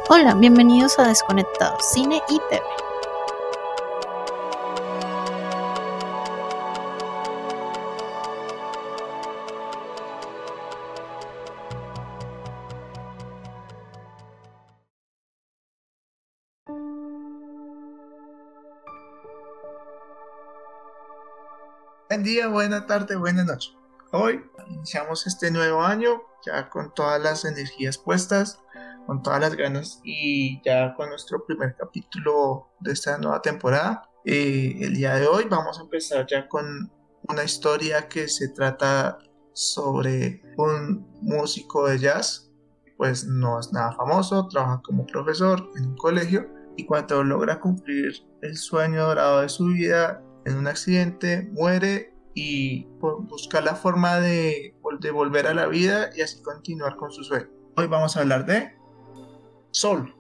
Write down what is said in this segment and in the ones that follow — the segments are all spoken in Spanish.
Hola, bienvenidos a Desconectados, Cine y TV. Buen día, buena tarde, buena noche. Hoy iniciamos este nuevo año ya con todas las energías puestas, con todas las ganas y ya con nuestro primer capítulo de esta nueva temporada. El día de hoy vamos a empezar ya con una historia que se trata sobre un músico de jazz, pues no es nada famoso, trabaja como profesor en un colegio y cuando logra cumplir el sueño dorado de su vida, en un accidente muere y busca la forma de volver a la vida y así continuar con su sueño. Hoy vamos a hablar de Soul.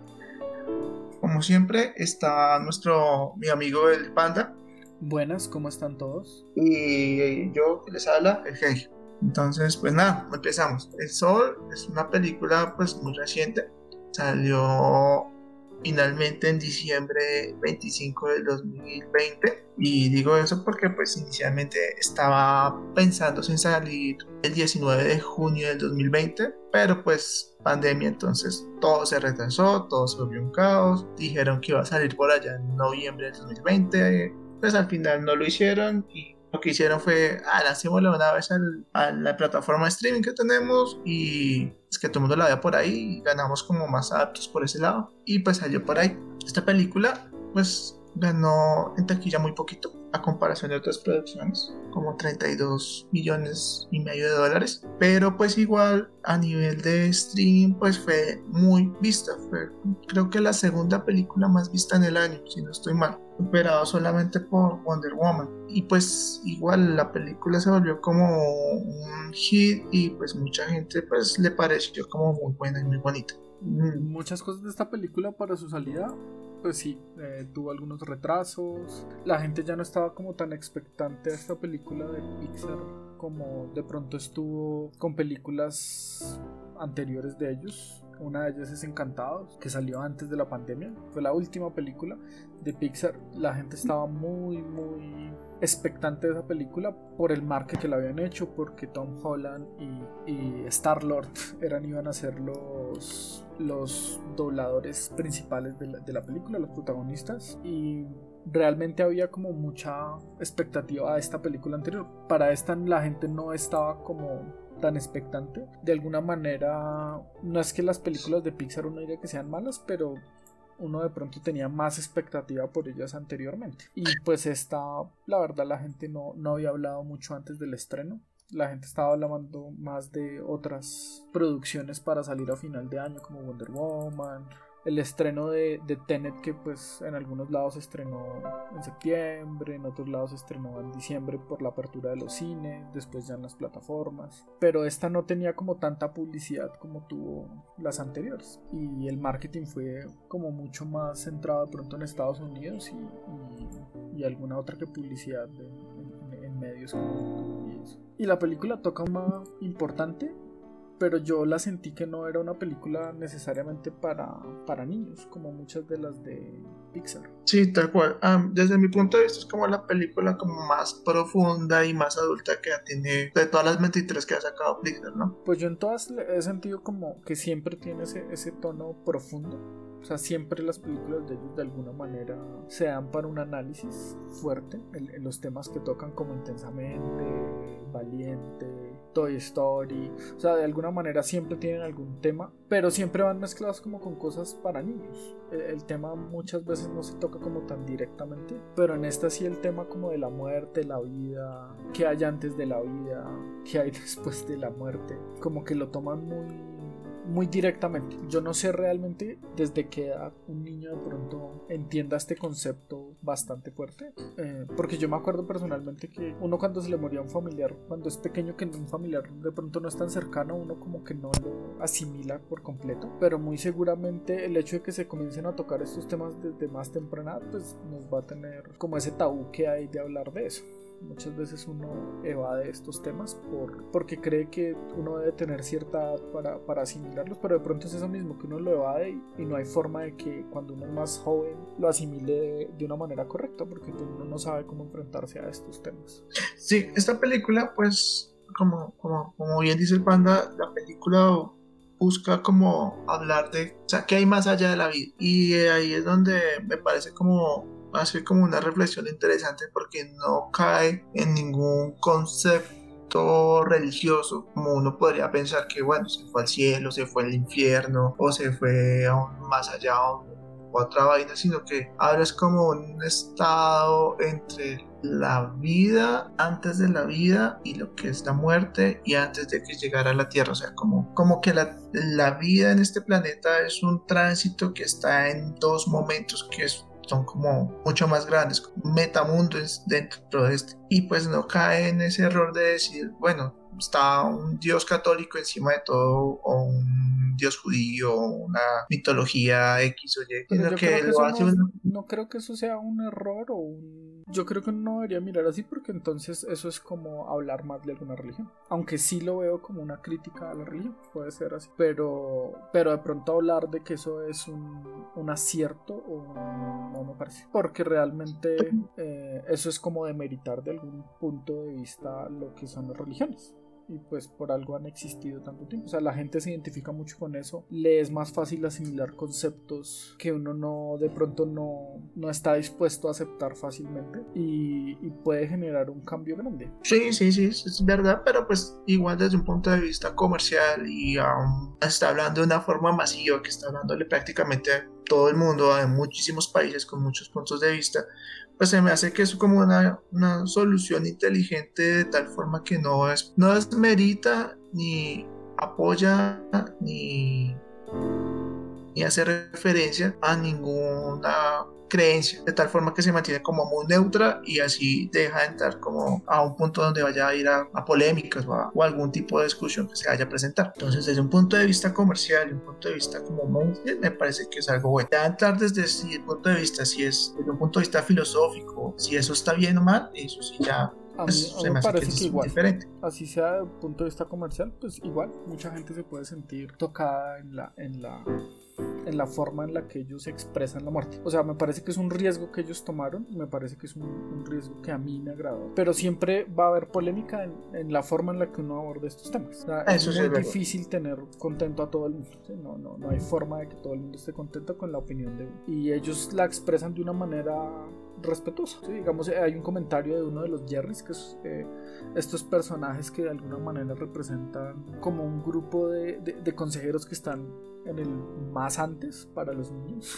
Como siempre está mi amigo el Panda. Buenas, ¿cómo están todos? Y yo que les habla, el Genio. Entonces, pues nada, empezamos. El Soul es una película pues muy reciente. Salió finalmente en diciembre 25 del 2020 y digo eso porque pues inicialmente estaba pensando en salir el 19 de junio del 2020, pero pues pandemia, entonces todo se retrasó, todo se volvió un caos. Dijeron que iba a salir por allá en noviembre del 2020, pues al final no lo hicieron y lo que hicieron fue, lancémoslo una vez a la plataforma de streaming que tenemos y es que todo el mundo la vea por ahí y ganamos como más adeptos por ese lado. Y pues salió por ahí. Esta película pues ganó en taquilla muy poquito a comparación de otras producciones, como 32 millones y medio de dólares, pero pues igual a nivel de streaming pues fue muy vista, fue creo que la segunda película más vista en el año, si no estoy mal, superado solamente por Wonder Woman. Y pues igual la película se volvió como un hit y pues mucha gente pues le pareció como muy buena y muy bonita. Muchas cosas de esta película para su salida, pues sí, tuvo algunos retrasos. La gente ya no estaba como tan expectante a esta película de Pixar como de pronto estuvo con películas anteriores de ellos. Una de ellas es Encantados, que salió antes de la pandemia. Fue la última película de Pixar. La gente estaba muy expectante de esa película por el marketing que la habían hecho, porque Tom Holland y Star-Lord iban a ser los dobladores principales de la película, los protagonistas, y realmente había como mucha expectativa a esta película anterior. Para esta la gente no estaba como tan expectante. De alguna manera, no es que las películas de Pixar uno diga que sean malas, pero uno de pronto tenía más expectativa por ellas anteriormente. Y pues esta, la verdad, la gente no había hablado mucho antes del estreno. La gente estaba hablando más de otras producciones para salir a final de año, como Wonder Woman, el estreno de Tenet, que pues en algunos lados se estrenó en septiembre, en otros lados se estrenó en diciembre por la apertura de los cines, después ya en las plataformas, pero esta no tenía como tanta publicidad como tuvo las anteriores, y el marketing fue como mucho más centrado de pronto en Estados Unidos y alguna otra que publicidad en medios como YouTube y eso. Y la película toca un tema importante, pero yo la sentí que no era una película necesariamente para niños, como muchas de las de Pixar. Sí, tal cual. Desde mi punto de vista es como la película como más profunda y más adulta que tiene de todas las 23 que ha sacado Pixar, ¿no? Pues yo en todas he sentido como que siempre tiene ese tono profundo. O sea, siempre las películas de ellos de alguna manera se dan para un análisis fuerte en los temas que tocan, como Intensamente, Valiente, Toy Story. O sea, de alguna manera siempre tienen algún tema, pero siempre van mezclados como con cosas para niños. El tema muchas veces no se toca como tan directamente, pero en esta sí el tema como de la muerte, la vida, qué hay antes de la vida, qué hay después de la muerte, como que lo toman muy directamente. Yo no sé realmente desde qué edad un niño de pronto entienda este concepto bastante fuerte, porque yo me acuerdo personalmente que uno cuando se le moría a un familiar, cuando es pequeño, que un familiar de pronto no es tan cercano, uno como que no lo asimila por completo, pero muy seguramente el hecho de que se comiencen a tocar estos temas desde más temprana edad pues nos va a tener como ese tabú que hay de hablar de eso. Muchas veces uno evade estos temas porque cree que uno debe tener cierta edad para asimilarlos, pero de pronto es eso mismo, que uno lo evade y no hay forma de que cuando uno es más joven lo asimile de una manera correcta, porque pues, uno no sabe cómo enfrentarse a estos temas. Sí, esta película, pues, como bien dice el Panda, la película busca como hablar de, o sea, qué hay más allá de la vida. Y ahí es donde me parece como hace como una reflexión interesante porque no cae en ningún concepto religioso, como uno podría pensar que, bueno, se fue al cielo, se fue al infierno o se fue aún más allá o otra vaina, sino que ahora es como un estado entre la vida, antes de la vida y lo que es la muerte y antes de que llegara a la tierra, o sea, como que la vida en este planeta es un tránsito que está en dos momentos son como mucho más grandes, como un metamundo dentro de este, y pues no cae en ese error de decir, bueno, está un dios católico encima de todo o un dios judío o una mitología X o Y, Pero sino yo que creo que lo eso hace no creo que eso sea un error o un... Yo creo que uno no debería mirar así porque entonces eso es como hablar más de alguna religión. Aunque sí lo veo como una crítica a la religión, puede ser así. Pero de pronto hablar de que eso es un acierto o no me parece. Porque realmente eso es como demeritar de algún punto de vista lo que son las religiones. Y pues por algo han existido tanto tiempo. O sea, la gente se identifica mucho con eso. Le es más fácil asimilar conceptos que uno de pronto no está dispuesto a aceptar fácilmente. Y puede generar un cambio grande. Sí, es verdad, pero pues igual desde un punto de vista comercial y está hablando de una forma masiva que está hablándole prácticamente a todo el mundo, a muchísimos países con muchos puntos de vista, pues se me hace que es como una solución inteligente de tal forma que no desmerita ni apoya ni hace referencia a ninguna creencia, de tal forma que se mantiene como muy neutra y así deja de entrar como a un punto donde vaya a ir a polémicas o algún tipo de discusión que se vaya a presentar. Entonces, desde un punto de vista comercial y un punto de vista como mainstream, me parece que es algo bueno. Ya entrar desde el punto de vista, si es desde un punto de vista filosófico, si eso está bien o mal, eso sí ya a mí se me me hace que parece que es igual, diferente. así sea desde el punto de vista comercial, pues igual mucha gente se puede sentir tocada en la forma en la que ellos expresan la muerte. O sea, me parece que es un riesgo que ellos tomaron y me parece que es un riesgo que a mí me agradó. Pero siempre va a haber polémica en la forma en la que uno aborda estos temas. O sea, es muy difícil tener contento a todo el mundo. ¿Sí? No hay forma de que todo el mundo esté contento con la opinión de uno. Y ellos la expresan de una manera respetuosa, ¿sí? Digamos, hay un comentario de uno de los Jerrys, que es estos personajes que de alguna manera representan como un grupo de consejeros que están en el más antes para los niños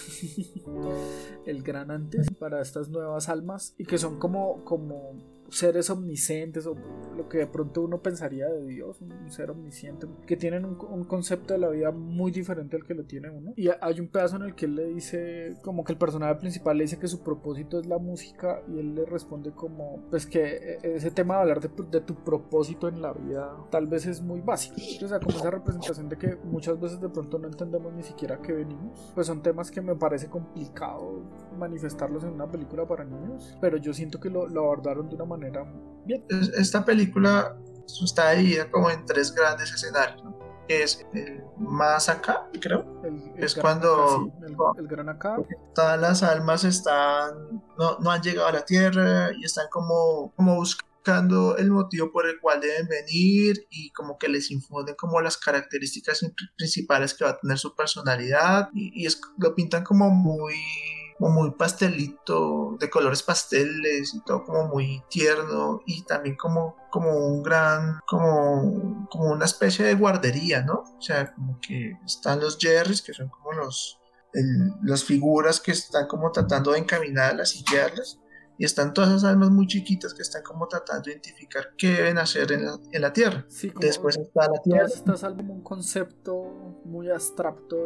el gran antes para estas nuevas almas y que son como seres omniscientes o lo que de pronto uno pensaría de Dios, un ser omnisciente que tienen un concepto de la vida muy diferente al que lo tiene uno. Y hay un pedazo en el que él le dice, como que el personaje principal le dice que su propósito es la música y él le responde como, pues que ese tema de hablar de tu propósito en la vida tal vez es muy básico. O sea, como esa representación de que muchas veces de pronto no entendemos ni siquiera a qué venimos, pues son temas que me parece complicado manifestarlos en una película para niños, pero yo siento que lo abordaron de una manera bien. Esta película está dividida como en tres grandes escenarios, ¿no? Que es el más acá, creo. Es cuando acá, sí, el gran acá. Todas las almas no han llegado a la tierra y están como buscando el motivo por el cual deben venir y como que les infunden como las características principales que va a tener su personalidad y lo pintan como muy pastelito, de colores pasteles y todo como muy tierno y también como un gran, como una especie de guardería, ¿no? O sea, como que están los Jerrys, que son como las figuras que están como tratando de encaminarlas y guiarlas, y están todas esas almas muy chiquitas que están como tratando de identificar qué deben hacer en la tierra. Sí, como después está la tierra. Todas estas almas como un concepto muy abstracto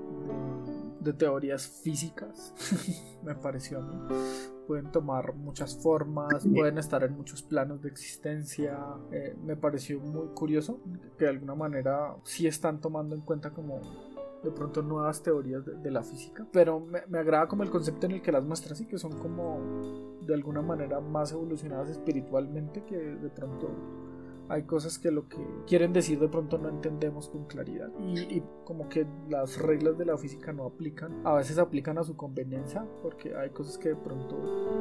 de teorías físicas me pareció a mí. Pueden tomar muchas formas, pueden estar en muchos planos de existencia. Me pareció muy curioso que de alguna manera sí están tomando en cuenta como de pronto nuevas teorías de la física, pero me agrada como el concepto en el que las muestra, así que son como de alguna manera más evolucionadas espiritualmente, que de pronto hay cosas que lo que quieren decir de pronto no entendemos con claridad y como que las reglas de la física no aplican, a veces aplican a su conveniencia, porque hay cosas que de pronto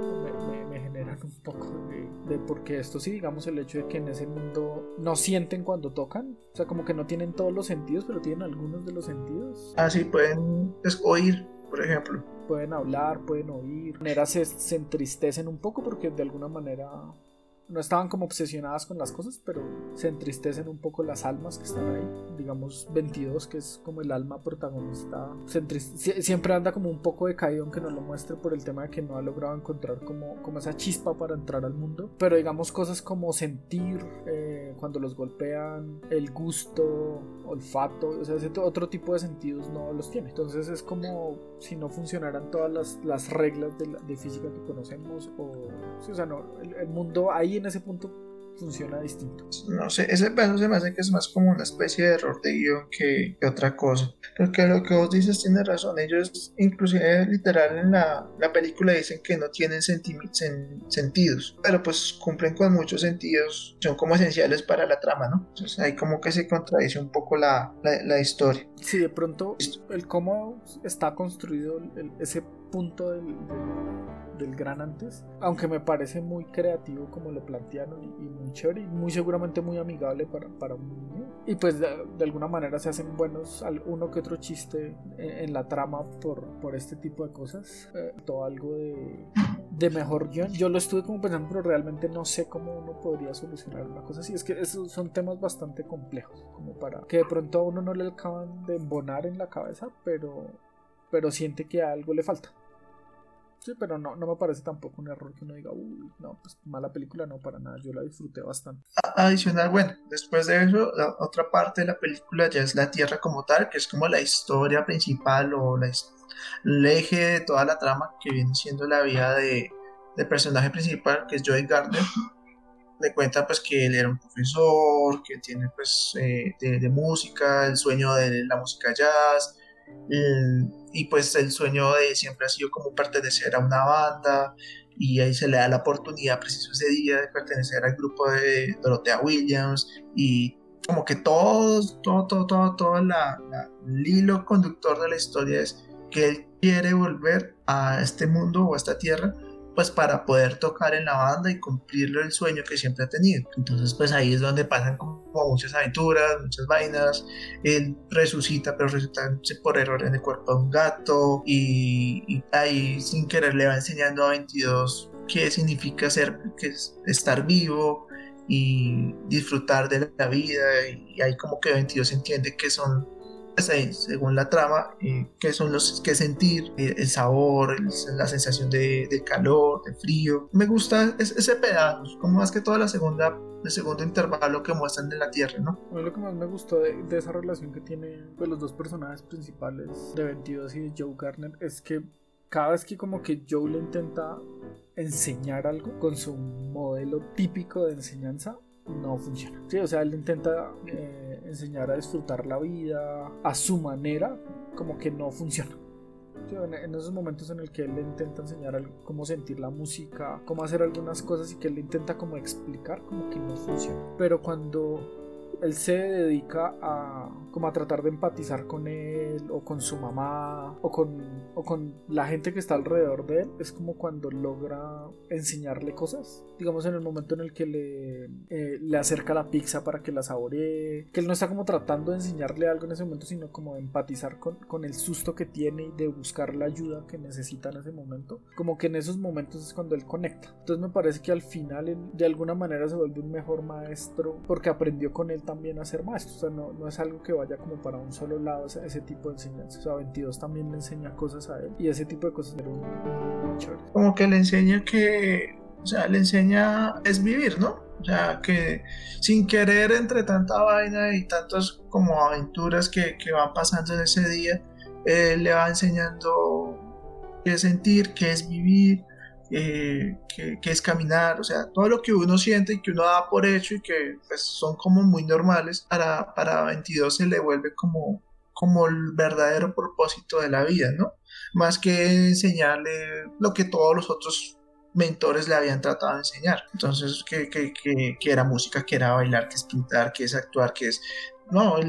me generan un poco de porque esto sí, digamos el hecho de que en ese mundo no sienten cuando tocan, o sea, como que no tienen todos los sentidos, pero tienen algunos de los sentidos. Sí, pueden oír, por ejemplo. Pueden hablar, pueden oír, de manera se entristecen un poco porque de alguna manera no estaban como obsesionadas con las cosas, pero se entristecen un poco las almas que están ahí. Digamos 22, que es como el alma protagonista, siempre anda como un poco decaído, aunque no lo muestre por el tema de que no ha logrado encontrar como esa chispa para entrar al mundo. Pero digamos cosas como sentir cuando los golpean, el gusto, olfato, o sea, ese otro tipo de sentidos no los tiene. Entonces es como si no funcionaran todas las reglas de física que conocemos, sí, o sea, no, el mundo ahí en ese punto funciona distinto. No sé, ese pedazo se me hace que es más como una especie de error de guión que otra cosa. Porque lo que vos dices tiene razón. Ellos, inclusive literal en la película dicen que no tienen sentidos, pero pues cumplen con muchos sentidos, son como esenciales para la trama, ¿no? Entonces ahí como que se contradice un poco la historia. Sí, de pronto el cómo está construido ese punto del gran antes, aunque me parece muy creativo como lo plantearon y muy chévere y muy seguramente muy amigable para un niño, y pues de alguna manera se hacen buenos uno que otro chiste en la trama por este tipo de cosas, todo algo de mejor guión. Yo lo estuve como pensando, pero realmente no sé cómo uno podría solucionar una cosa así. Es que esos son temas bastante complejos, como para que de pronto a uno no le acaban de embonar en la cabeza, pero siente que a algo le falta. Sí, pero no me parece tampoco un error que uno diga, uy, no, pues mala película, no, para nada, yo la disfruté bastante. Adicional, bueno, después de eso, la otra parte de la película ya es la Tierra como tal, que es como la historia principal o el eje de toda la trama, que viene siendo la vida del personaje principal, que es Joey Gardner. Le cuenta pues que él era un profesor, que tiene pues de música, el sueño de la música jazz, y pues el sueño de siempre ha sido como pertenecer a una banda, y ahí se le da la oportunidad preciso ese día de pertenecer al grupo de Dorothea Williams, y como que todo el hilo conductor de la historia es que él quiere volver a este mundo o a esta tierra, pues para poder tocar en la banda y cumplirle el sueño que siempre ha tenido. Entonces pues ahí es donde pasan como muchas aventuras, muchas vainas. Él resucita, pero resucita por error en el cuerpo de un gato, y ahí sin querer le va enseñando a 22 qué significa estar vivo y disfrutar de la vida, y ahí como que 22 entiende que son, pues ahí, según la trama, que son que sentir, el sabor, la sensación de calor, de frío. Me gusta ese pedazo, como más que todo el segundo intervalo que muestran de la Tierra, ¿no? A mí lo que más me gustó de esa relación que tiene pues, los dos personajes principales de 22 y de Joe Gardner es que cada vez que como que Joe le intenta enseñar algo con su modelo típico de enseñanza, no funciona. Sí, o sea, él intenta enseñar a disfrutar la vida a su manera, como que no funciona. Sí, en esos momentos en el que él le intenta enseñar cómo sentir la música, cómo hacer algunas cosas y que él le intenta como explicar, como que no funciona. Pero cuando él se dedica como a tratar de empatizar con él o con su mamá o con la gente que está alrededor de él, es como cuando logra enseñarle cosas. Digamos en el momento en el que le acerca la pizza para que la saboree, que él no está como tratando de enseñarle algo en ese momento, sino como de empatizar con el susto que tiene y de buscar la ayuda que necesita en ese momento. Como que en esos momentos es cuando él conecta. Entonces me parece que al final él de alguna manera se vuelve un mejor maestro porque aprendió con él también a ser maestro. O sea, no es algo que vaya como para un solo lado ese tipo de enseñanza. O sea, 22 también le enseña cosas a él y ese tipo de cosas eran muy chéveres. Como que le enseña le enseña es vivir, ¿no? O sea, que sin querer, entre tanta vaina y tantas como aventuras que van pasando en ese día, le va enseñando qué es sentir, qué es vivir, qué es caminar. O sea, todo lo que uno siente y que uno da por hecho y que pues, son como muy normales, para 22 se le vuelve como como el verdadero propósito de la vida, ¿no? Más que enseñarle lo que todos los otros mentores le habían tratado de enseñar. Entonces, que era música, que era bailar, que es pintar, que es actuar, que es... No,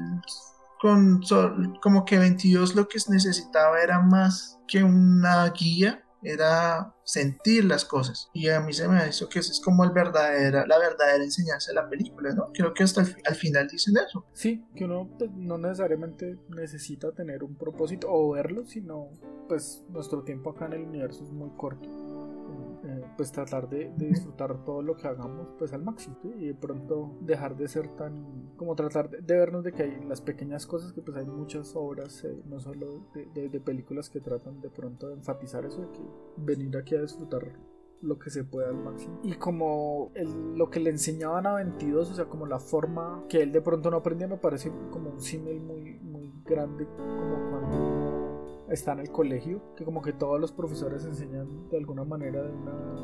como que 22 lo que necesitaba era más que una guía, era sentir las cosas. Y a mí se me hizo que esa es como la verdadera enseñanza de la película, ¿no? Creo que hasta al final dicen eso. Sí, que uno pues, no necesariamente necesita tener un propósito o verlo, sino pues nuestro tiempo acá en el universo es muy corto. Pues tratar de disfrutar todo lo que hagamos pues al máximo, ¿sí? Y de pronto dejar de ser tan como tratar de vernos de que hay las pequeñas cosas, que pues hay muchas obras no solo de películas que tratan de pronto de enfatizar eso, de que venir aquí a disfrutar lo que se pueda al máximo. Y como lo que le enseñaban a 22, o sea, como la forma que él de pronto no aprendía, me parece como un símil muy, muy grande, como cuando está en el colegio, que como que todos los profesores enseñan de alguna manera de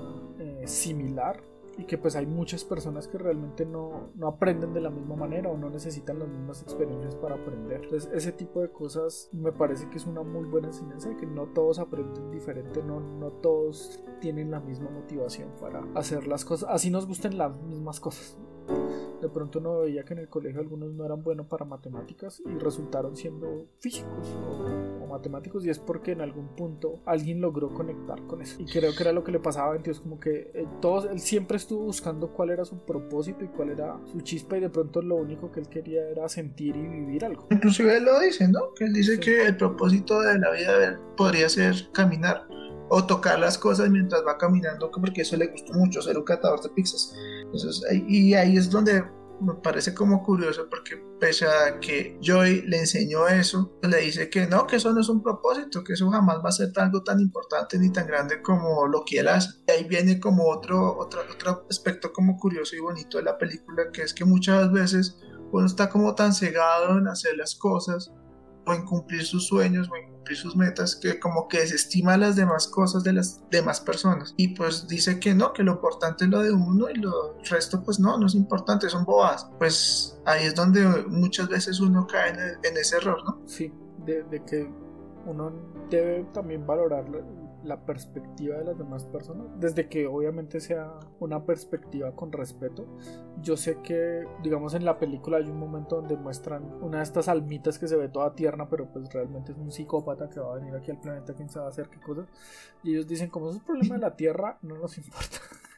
una similar, y que pues hay muchas personas que realmente no aprenden de la misma manera o no necesitan las mismas experiencias para aprender. Entonces ese tipo de cosas me parece que es una muy buena enseñanza, de que no todos aprenden diferente, no todos tienen la misma motivación para hacer las cosas, así nos gusten las mismas cosas. De pronto uno veía que en el colegio algunos no eran buenos para matemáticas y resultaron siendo físicos o matemáticos, y es porque en algún punto alguien logró conectar con eso. Y creo que era lo que le pasaba a 22, como que él siempre estuvo buscando cuál era su propósito y cuál era su chispa, y de pronto lo único que él quería era sentir y vivir algo. Inclusive él lo dice, ¿no? Que él dice Sí. que el propósito de la vida de él podría ser caminar o tocar las cosas mientras va caminando, porque eso le gustó mucho, ser un catador de pizzas. Entonces, y ahí es donde me parece como curioso, porque pese a que Joey le enseñó eso, le dice que no, que eso no es un propósito, que eso jamás va a ser algo tan importante ni tan grande como lo que él hace. Y ahí viene como otro aspecto como curioso y bonito de la película, que es que muchas veces uno está como tan cegado en hacer las cosas o en cumplir sus sueños o en cumplir sus metas, que como que desestima las demás cosas de las demás personas, y pues dice que no, que lo importante es lo de uno y lo resto pues no es importante, son bobadas. Pues ahí es donde muchas veces uno cae en ese error, ¿no? Sí, de que uno debe también valorar la perspectiva de las demás personas, desde que obviamente sea una perspectiva con respeto. Yo sé que, digamos, en la película hay un momento donde muestran una de estas almitas que se ve toda tierna, pero pues realmente es un psicópata que va a venir aquí al planeta, quién sabe hacer qué cosas, y ellos dicen, como es un problema de la tierra, no nos importa.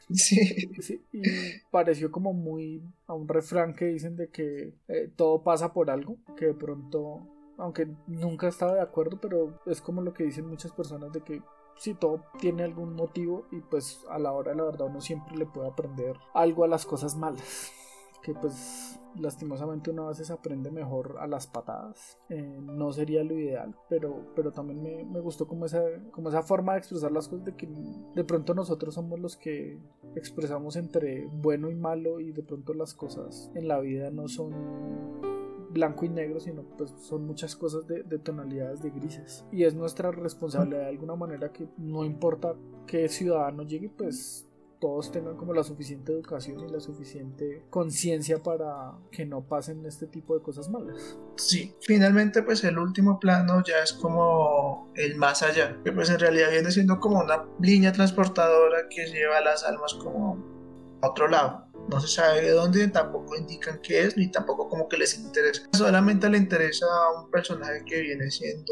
Sí. Sí, y pareció como muy a un refrán que dicen de que todo pasa por algo, que de pronto, aunque nunca estaba de acuerdo, pero es como lo que dicen muchas personas, de que sí, todo tiene algún motivo, y pues a la hora de la verdad uno siempre le puede aprender algo a las cosas malas, que pues lastimosamente uno a veces aprende mejor a las patadas. No sería lo ideal, pero también me gustó como esa forma de expresar las cosas, de que de pronto nosotros somos los que expresamos entre bueno y malo, y de pronto las cosas en la vida no son blanco y negro, sino pues son muchas cosas de tonalidades de grises, y es nuestra responsabilidad de alguna manera, que no importa qué ciudadano llegue, pues todos tengan como la suficiente educación y la suficiente conciencia para que no pasen este tipo de cosas malas. Sí, finalmente pues el último plano ya es como el más allá, que pues en realidad viene siendo como una línea transportadora que lleva las almas como a otro lado. No se sabe de dónde, tampoco indican qué es, ni tampoco como que les interesa. Solamente le interesa a un personaje que viene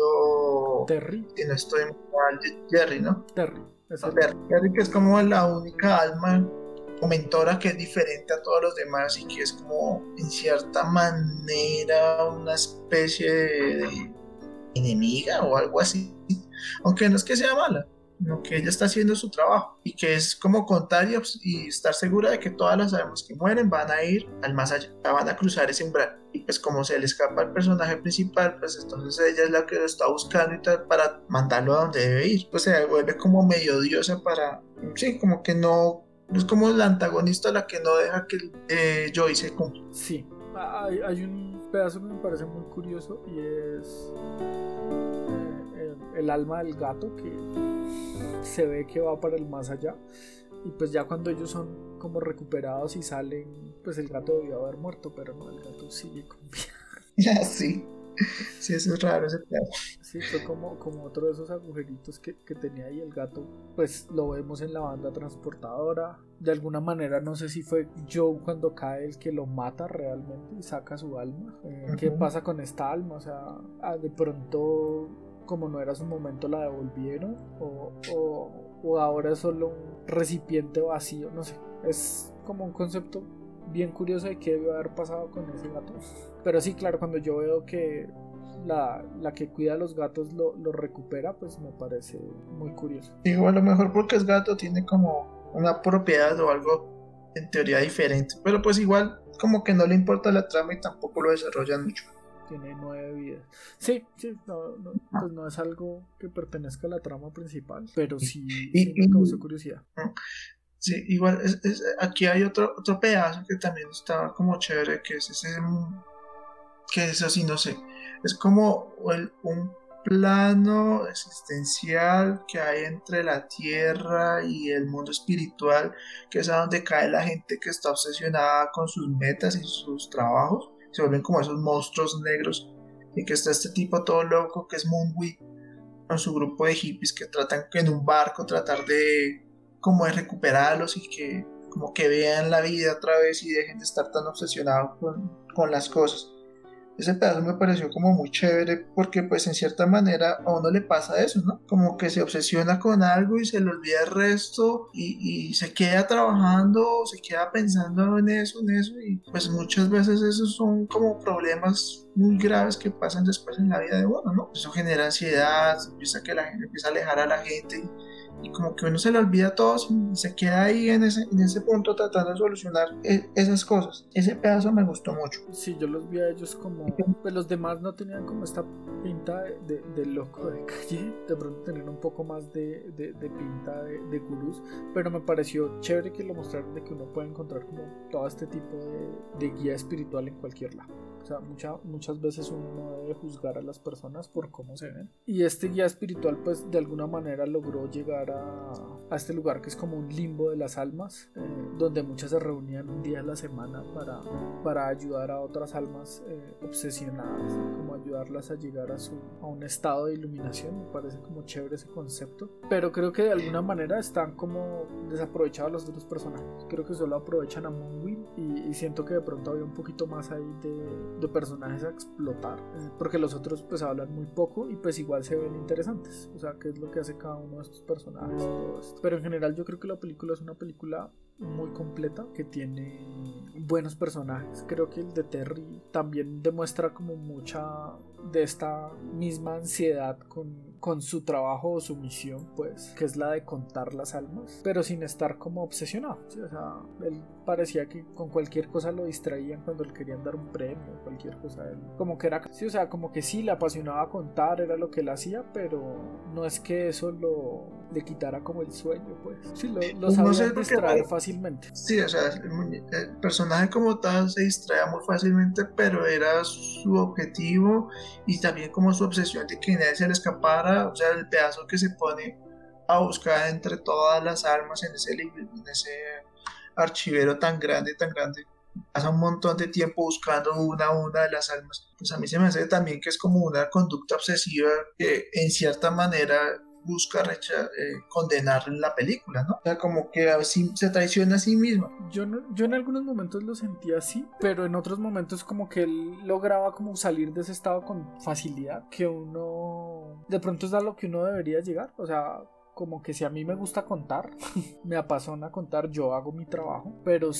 siendo Terry. Si no estoy mal, Jerry, ¿no? Terry, Jerry, que es como la única alma o mentora que es diferente a todos los demás, y que es como en cierta manera una especie de enemiga o algo así, aunque no es que sea mala, sino que ella está haciendo su trabajo, y que es como contar y estar segura de que todas las almas que mueren van a ir al más allá, van a cruzar ese umbral. Y pues como se le escapa al personaje principal, pues entonces ella es la que lo está buscando y tal, para mandarlo a donde debe ir. Pues se vuelve como medio diosa para, sí, como que no es como la antagonista, la que no deja que Joey se cumpla. Sí, hay un pedazo que me parece muy curioso, y es el alma del gato, que se ve que va para el más allá, y pues ya cuando ellos son como recuperados y salen, pues el gato debió haber muerto, pero no, el gato sigue con vida. Ya, sí. Sí, eso es raro ese pedazo. Sí, fue como otro de esos agujeritos que tenía ahí el gato. Pues lo vemos en la banda transportadora. De alguna manera, no sé si fue Joe cuando cae el que lo mata realmente y saca su alma. ¿Qué pasa con esta alma? O sea, de pronto, como no era su momento, la devolvieron. O ahora es solo un recipiente vacío. No sé. Es como un concepto bien curioso de qué debe haber pasado con ese gato. Pero sí, claro, cuando yo veo que la que cuida a los gatos lo recupera, pues me parece muy curioso. Digo, a lo mejor porque es gato tiene como una propiedad o algo en teoría diferente, pero pues igual como que no le importa la trama y tampoco lo desarrollan mucho. Tiene 9 vidas. Sí, sí, pues no es algo que pertenezca a la trama principal, pero sí me causó curiosidad. Sí, igual aquí hay otro pedazo que también estaba como chévere, que es ese, que es así, no sé, es como un plano existencial que hay entre la tierra y el mundo espiritual, que es a donde cae la gente que está obsesionada con sus metas y sus trabajos, se vuelven como esos monstruos negros, y que está este tipo todo loco que es Moonwee con su grupo de hippies que tratan que en un barco tratar de como de recuperarlos y que como que vean la vida otra vez y dejen de estar tan obsesionados con las cosas. Ese pedazo me pareció como muy chévere porque pues en cierta manera a uno le pasa eso, ¿no? Como que se obsesiona con algo y se le olvida el resto y se queda trabajando, se queda pensando en eso y pues muchas veces esos son como problemas muy graves que pasan después en la vida de uno, ¿no? Eso genera ansiedad, empieza que la gente empieza a alejar a la gente y como que uno se le olvida todo y se queda ahí en ese punto tratando de solucionar esas cosas. Ese pedazo me gustó mucho. Sí, yo los vi a ellos como... Pues los demás no tenían como esta pinta de loco de calle. De pronto tenían un poco más de pinta de gurús. Pero me pareció chévere que lo mostraron de que uno puede encontrar como todo este tipo de guía espiritual en cualquier lado. O sea, muchas veces uno no debe juzgar a las personas por cómo se ven. Y este guía espiritual pues de alguna manera logró llegar a este lugar que es como un limbo de las almas, donde muchas se reunían un día a la semana para ayudar a otras almas obsesionadas, como ayudarlas a llegar a un estado de iluminación. Me parece como chévere ese concepto. Pero creo que de alguna manera están como desaprovechados los otros personajes. Creo que solo aprovechan a Moonwing y siento que de pronto había un poquito más ahí de personajes a explotar, porque los otros pues hablan muy poco y pues igual se ven interesantes, o sea, qué es lo que hace cada uno de estos personajes y todo esto. Pero en general yo creo que la película es una película muy completa, que tiene buenos personajes. Creo que el de Terry también demuestra como mucha de esta misma ansiedad con su trabajo o su misión, pues, que es la de contar las almas, pero sin estar como obsesionado, ¿sí? O sea, él parecía que con cualquier cosa lo distraían cuando le querían dar un premio, cualquier cosa, él como que era, sí, o sea, como que sí le apasionaba contar, era lo que él hacía, pero no es que eso le quitara como el sueño, pues, sí, lo sabían distraer fácilmente. Sí, o sea, el personaje como tal se distraía muy fácilmente, pero era su objetivo y también como su obsesión de que nadie se le escapara, o sea, el pedazo que se pone a buscar entre todas las almas en ese libro, en ese archivero tan grande, pasa un montón de tiempo buscando una a una de las almas. Pues a mí se me hace también que es como una conducta obsesiva que en cierta manera busca condenar en la película, ¿no? O sea, como que así se traiciona a sí misma. Yo en algunos momentos lo sentía así, pero en otros momentos como que él lograba como salir de ese estado con facilidad, que uno de pronto es a lo que uno debería llegar, o sea, como que si a mí me gusta contar, me apasiona contar, yo hago mi trabajo, pero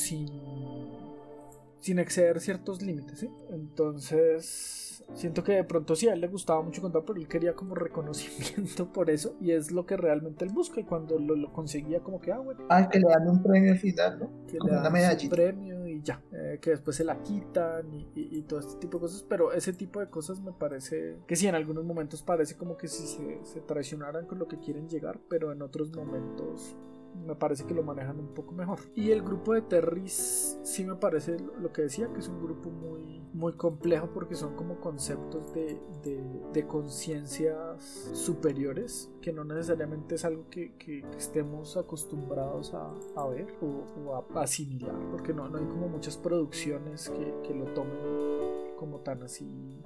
sin exceder ciertos límites, ¿sí? Entonces siento que de pronto sí a él le gustaba mucho contar, pero él quería como reconocimiento por eso, y es lo que realmente él busca, y cuando lo conseguía como que bueno, que le dan un premio al final, ¿no? Que como le una dan medallita, su premio y ya, que después se la quitan y todo este tipo de cosas. Pero ese tipo de cosas me parece que sí, en algunos momentos parece como que si se traicionaran con lo que quieren llegar, pero en otros momentos me parece que lo manejan un poco mejor. Y el grupo de Terry sí me parece lo que decía, que es un grupo muy, muy complejo, porque son como conceptos de conciencias superiores, que no necesariamente es algo que estemos acostumbrados a ver o a asimilar, porque no hay como muchas producciones que lo tomen como tan así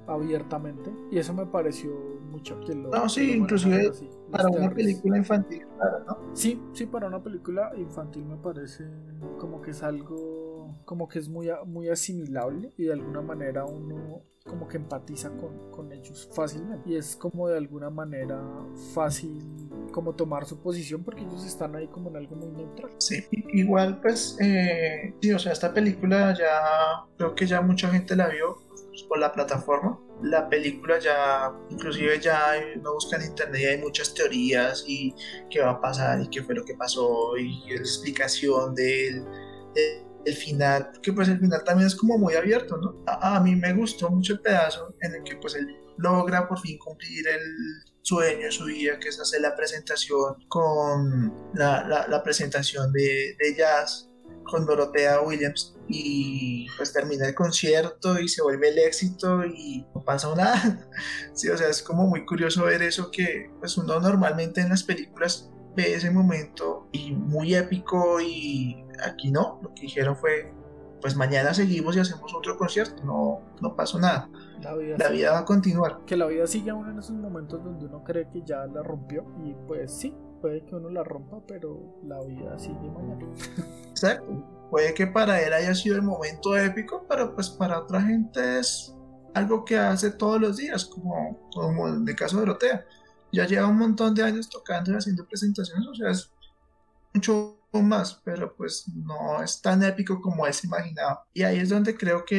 abiertamente, y eso me pareció mucho que No, sí, inclusive para una película infantil, claro, ¿no? Sí, para una película infantil me parece como que es algo, como que es muy asimilable, y de alguna manera uno como que empatiza con ellos fácilmente, y es como de alguna manera fácil como tomar su posición porque ellos están ahí como en algo muy neutral. Sí, igual pues, sí, o sea, esta película ya, creo que ya mucha gente la vio pues, por la plataforma. La película ya, inclusive ya uno busca en internet y hay muchas teorías y qué va a pasar y qué fue lo que pasó y la explicación del final, que pues el final también es como muy abierto, ¿no? A mí me gustó mucho el pedazo en el que pues él logra por fin cumplir el sueño de su vida, que es hacer la presentación con la presentación de jazz con Dorothea Williams, y pues termina el concierto y se vuelve el éxito y no pasa nada. Sí, o sea, es como muy curioso ver eso, que pues uno normalmente en las películas ve ese momento y muy épico, y aquí no, lo que dijeron fue pues mañana seguimos y hacemos otro concierto, no pasó nada. La vida va a continuar. Que la vida sigue aún en esos momentos donde uno cree que ya la rompió, y pues sí, puede que uno la rompa, pero la vida sigue mañana. Exacto. Puede que para él haya sido el momento épico, pero pues para otra gente es algo que hace todos los días, como en el caso de Dorotea. Ya lleva un montón de años tocando y haciendo presentaciones, o sea, es mucho más, pero pues no es tan épico como él se imaginaba. Y ahí es donde creo que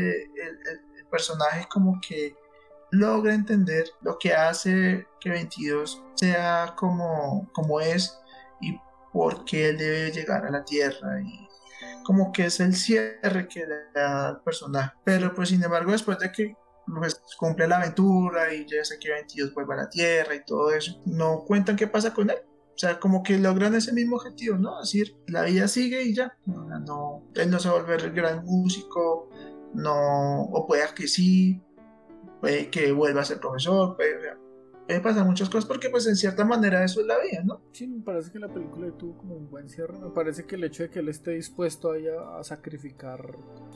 el personaje como que logra entender lo que hace que 22 sea como es, y por qué él debe llegar a la Tierra, y como que es el cierre que le da al personaje. Pero pues sin embargo, después de que pues, cumple la aventura y ya sé que 22 vuelve a la Tierra y todo eso, no cuentan qué pasa con él. O sea, como que logran ese mismo objetivo, ¿no? Es decir, la vida sigue y ya. Él no se va a volver el gran músico, no, o puede que sí, puede que vuelva a ser profesor, puede pasar muchas cosas, porque pues en cierta manera eso es la vida, ¿no? Sí, me parece que la película tuvo como un buen cierre. Me parece que el hecho de que él esté dispuesto ahí a sacrificar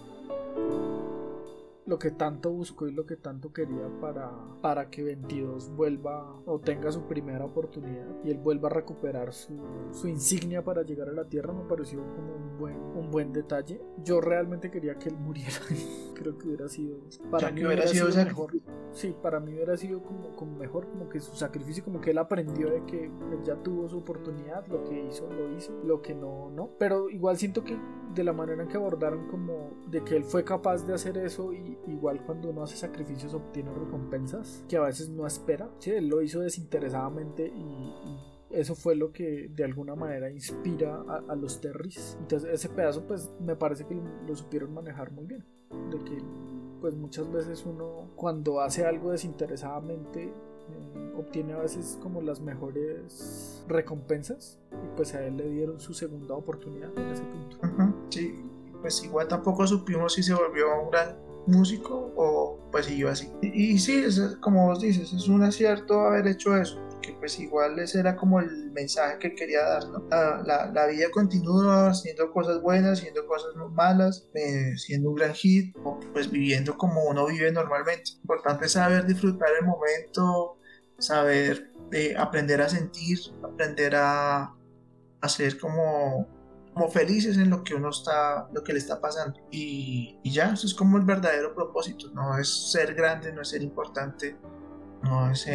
lo que tanto buscó y lo que tanto quería para que 22 vuelva o tenga su primera oportunidad y él vuelva a recuperar su insignia para llegar a la Tierra, me pareció como un buen detalle. Yo realmente quería que él muriera. Creo que hubiera sido, para mí hubiera sido mejor. Sí, para mí hubiera sido como mejor, como que su sacrificio, como que él aprendió de que él ya tuvo su oportunidad, lo que hizo, lo hizo, lo que no. Pero igual siento que de la manera en que abordaron como de que él fue capaz de hacer eso, y igual cuando uno hace sacrificios obtiene recompensas que a veces no espera. Sí, él lo hizo desinteresadamente, y eso fue lo que de alguna manera inspira a los Terrys. Entonces ese pedazo pues me parece que lo supieron manejar muy bien, de que pues muchas veces uno cuando hace algo desinteresadamente obtiene a veces como las mejores recompensas, y pues a él le dieron su segunda oportunidad en ese punto. Sí, pues igual tampoco supimos si se volvió un gran músico o pues siguió así. Y sí, como vos dices, es un acierto haber hecho eso, porque pues igual ese era como el mensaje que quería dar, ¿no? La vida continúa haciendo cosas buenas, haciendo cosas malas, siendo un gran hit, o pues viviendo como uno vive normalmente. Lo importante es saber disfrutar el momento, saber aprender a sentir, aprender a ser como felices en lo que uno está, lo que le está pasando, y ya, eso es como el verdadero propósito. No es ser grande, no es ser importante, no es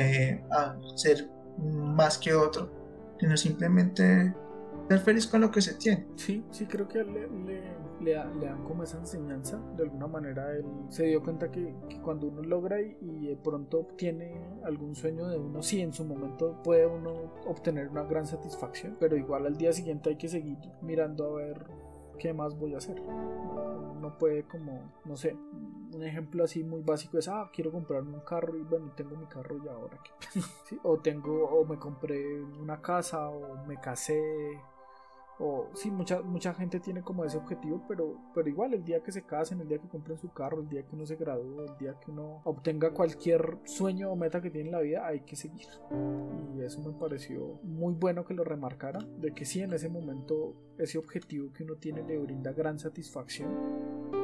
ser más que otro, sino simplemente ser feliz con lo que se tiene. Sí, creo que le dan como esa enseñanza. De alguna manera él se dio cuenta que cuando uno logra y de pronto obtiene algún sueño de uno, sí, en su momento puede uno obtener una gran satisfacción, pero igual al día siguiente hay que seguir mirando a ver qué más voy a hacer. No puede, como, no sé, un ejemplo así muy básico es, quiero comprarme un carro y bueno, tengo mi carro y ahora qué. ¿Sí? O me compré una casa, o me casé, o sí, mucha gente tiene como ese objetivo, pero igual el día que se casen, el día que compren su carro, el día que uno se gradúe, el día que uno obtenga cualquier sueño o meta que tiene en la vida, hay que seguir. Y eso me pareció muy bueno que lo remarcara, de que sí, en ese momento ese objetivo que uno tiene le brinda gran satisfacción,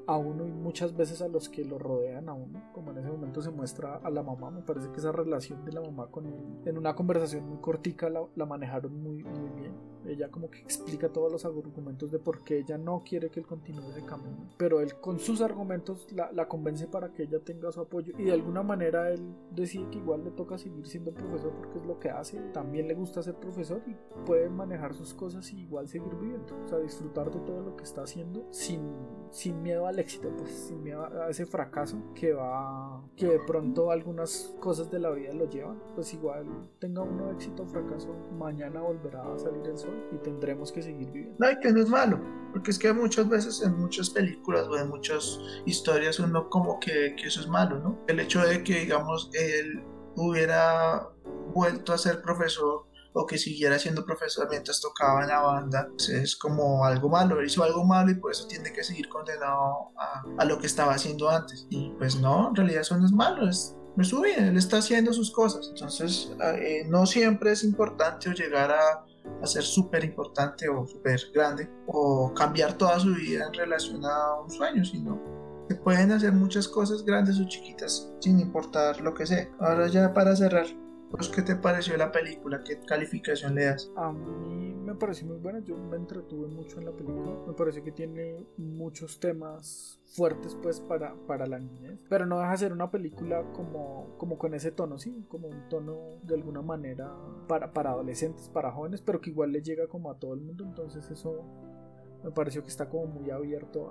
a uno y muchas veces a los que lo rodean a uno, como en ese momento se muestra a la mamá. Me parece que esa relación de la mamá con él, en una conversación muy cortica, la manejaron muy, muy bien. Ella como que explica todos los argumentos de por qué ella no quiere que él continúe ese camino, pero él con sus argumentos la convence para que ella tenga su apoyo, y de alguna manera él decide que igual le toca seguir siendo profesor porque es lo que hace, también le gusta ser profesor y puede manejar sus cosas y igual seguir viviendo, o sea, disfrutar de todo lo que está haciendo sin miedo al éxito, pues sin miedo a ese fracaso que de pronto algunas cosas de la vida lo llevan, pues igual tenga uno éxito o fracaso, mañana volverá a salir el sol y tendremos que seguir viviendo. No, y que no es malo, porque es que muchas veces en muchas películas o en muchas historias uno como que eso es malo, ¿no? El hecho de que, digamos, él hubiera vuelto a ser profesor o que siguiera siendo profesor mientras tocaba en la banda, pues es como algo malo, él hizo algo malo y por eso tiene que seguir condenado a lo que estaba haciendo antes. Y pues no, en realidad eso no es malo, es su vida, él está haciendo sus cosas. Entonces no siempre es importante o llegar a ser súper importante o súper grande o cambiar toda su vida en relación a un sueño, sino se pueden hacer muchas cosas grandes o chiquitas sin importar lo que sea. Ahora ya para cerrar, pues, ¿qué te pareció la película? ¿Qué calificación le das? A mí me pareció muy buena, yo me entretuve mucho en la película, me pareció que tiene muchos temas fuertes pues para la niñez, pero no deja de ser una película como con ese tono, sí, como un tono de alguna manera para adolescentes, para jóvenes, pero que igual le llega como a todo el mundo, entonces eso me pareció que está como muy abierto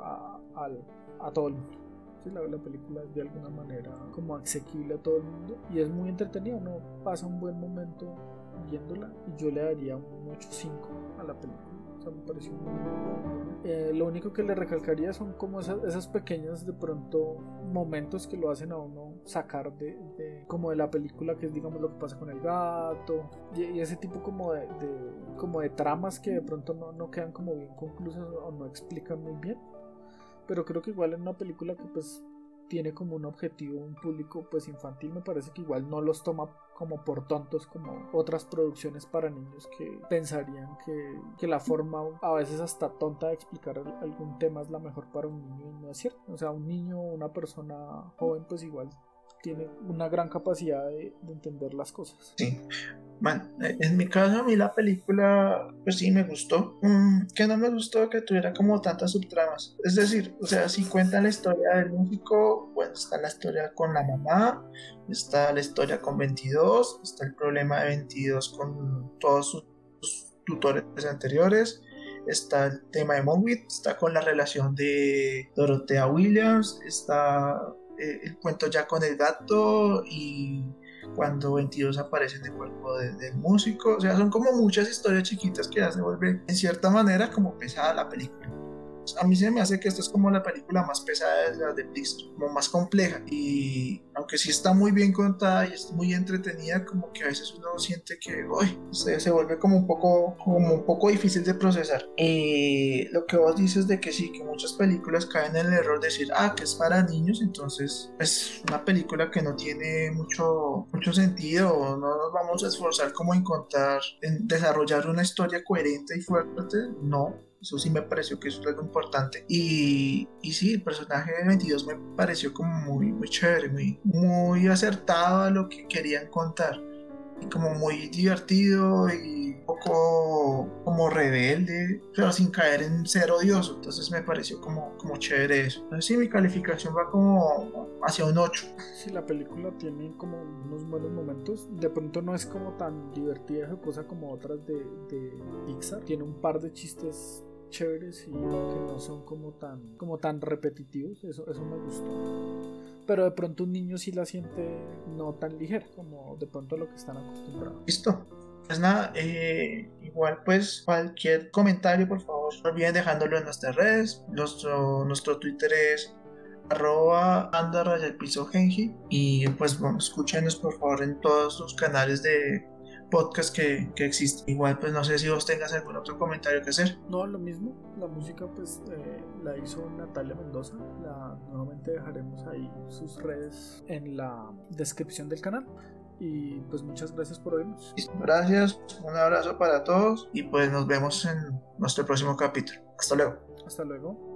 a todo el mundo. Sí, la película es de alguna manera como asequible a todo el mundo y es muy entretenida, uno pasa un buen momento viéndola y yo le daría un 8.5 a la película. O sea, me pareció muy buena. Lo único que le recalcaría son como esas pequeñas de pronto momentos que lo hacen a uno sacar como de la película, que es digamos lo que pasa con el gato y ese tipo como de tramas que de pronto no quedan como bien conclusas o no explican muy bien. Pero creo que igual en una película que pues tiene como un objetivo, un público pues infantil, me parece que igual no los toma como por tontos como otras producciones para niños que pensarían que la forma a veces hasta tonta de explicar algún tema es la mejor para un niño, y no es cierto. O sea, un niño o una persona joven pues igual tiene una gran capacidad de entender las cosas. Sí. Bueno, en mi caso a mí la película pues sí me gustó, que no me gustó que tuviera como tantas subtramas, es decir, o sea, si cuentan la historia del músico, bueno, está la historia con la mamá, está la historia con 22, está el problema de 22 con todos sus tutores anteriores, está el tema de Monwith, está con la relación de Dorothea Williams, está el cuento ya con el gato y cuando 22 aparece en el cuerpo del músico, o sea, son como muchas historias chiquitas que ya se vuelve en cierta manera como pesada la película. A mí se me hace que esta es como la película más pesada de las de Pixar, como más compleja, y aunque sí está muy bien contada y es muy entretenida, como que a veces uno siente que se vuelve como un poco difícil de procesar. Y lo que vos dices de que sí, que muchas películas caen en el error de decir que es para niños, entonces es una película que no tiene mucho sentido, o no nos vamos a esforzar como en desarrollar una historia coherente y fuerte, no. Eso sí me pareció que eso es algo importante. Y sí, el personaje de 22 me pareció como muy, muy chévere, muy acertado a lo que querían contar. Y como muy divertido y un poco como rebelde, pero sin caer en ser odioso. Entonces me pareció como chévere eso. Entonces sí, mi calificación va como hacia un 8. Sí, la película tiene como unos buenos momentos. De pronto no es como tan divertida esa cosa como otras de Pixar. Tiene un par de chistes chéveres y que no son como tan repetitivos, eso me gustó, pero de pronto un niño sí la siente no tan ligera como de pronto a lo que están acostumbrados. Listo, pues nada, igual pues cualquier comentario por favor no olviden dejándolo en nuestras redes. Nuestro Twitter es @anda_piso_genji y pues bueno, escúchenos por favor en todos los canales de podcast que existen. Igual pues no sé si vos tengas algún otro comentario que hacer. No, lo mismo, la música pues la hizo Natalia Mendoza, nuevamente dejaremos ahí sus redes en la descripción del canal y pues muchas gracias por oírnos. Gracias, un abrazo para todos y pues nos vemos en nuestro próximo capítulo. Hasta luego. Hasta luego.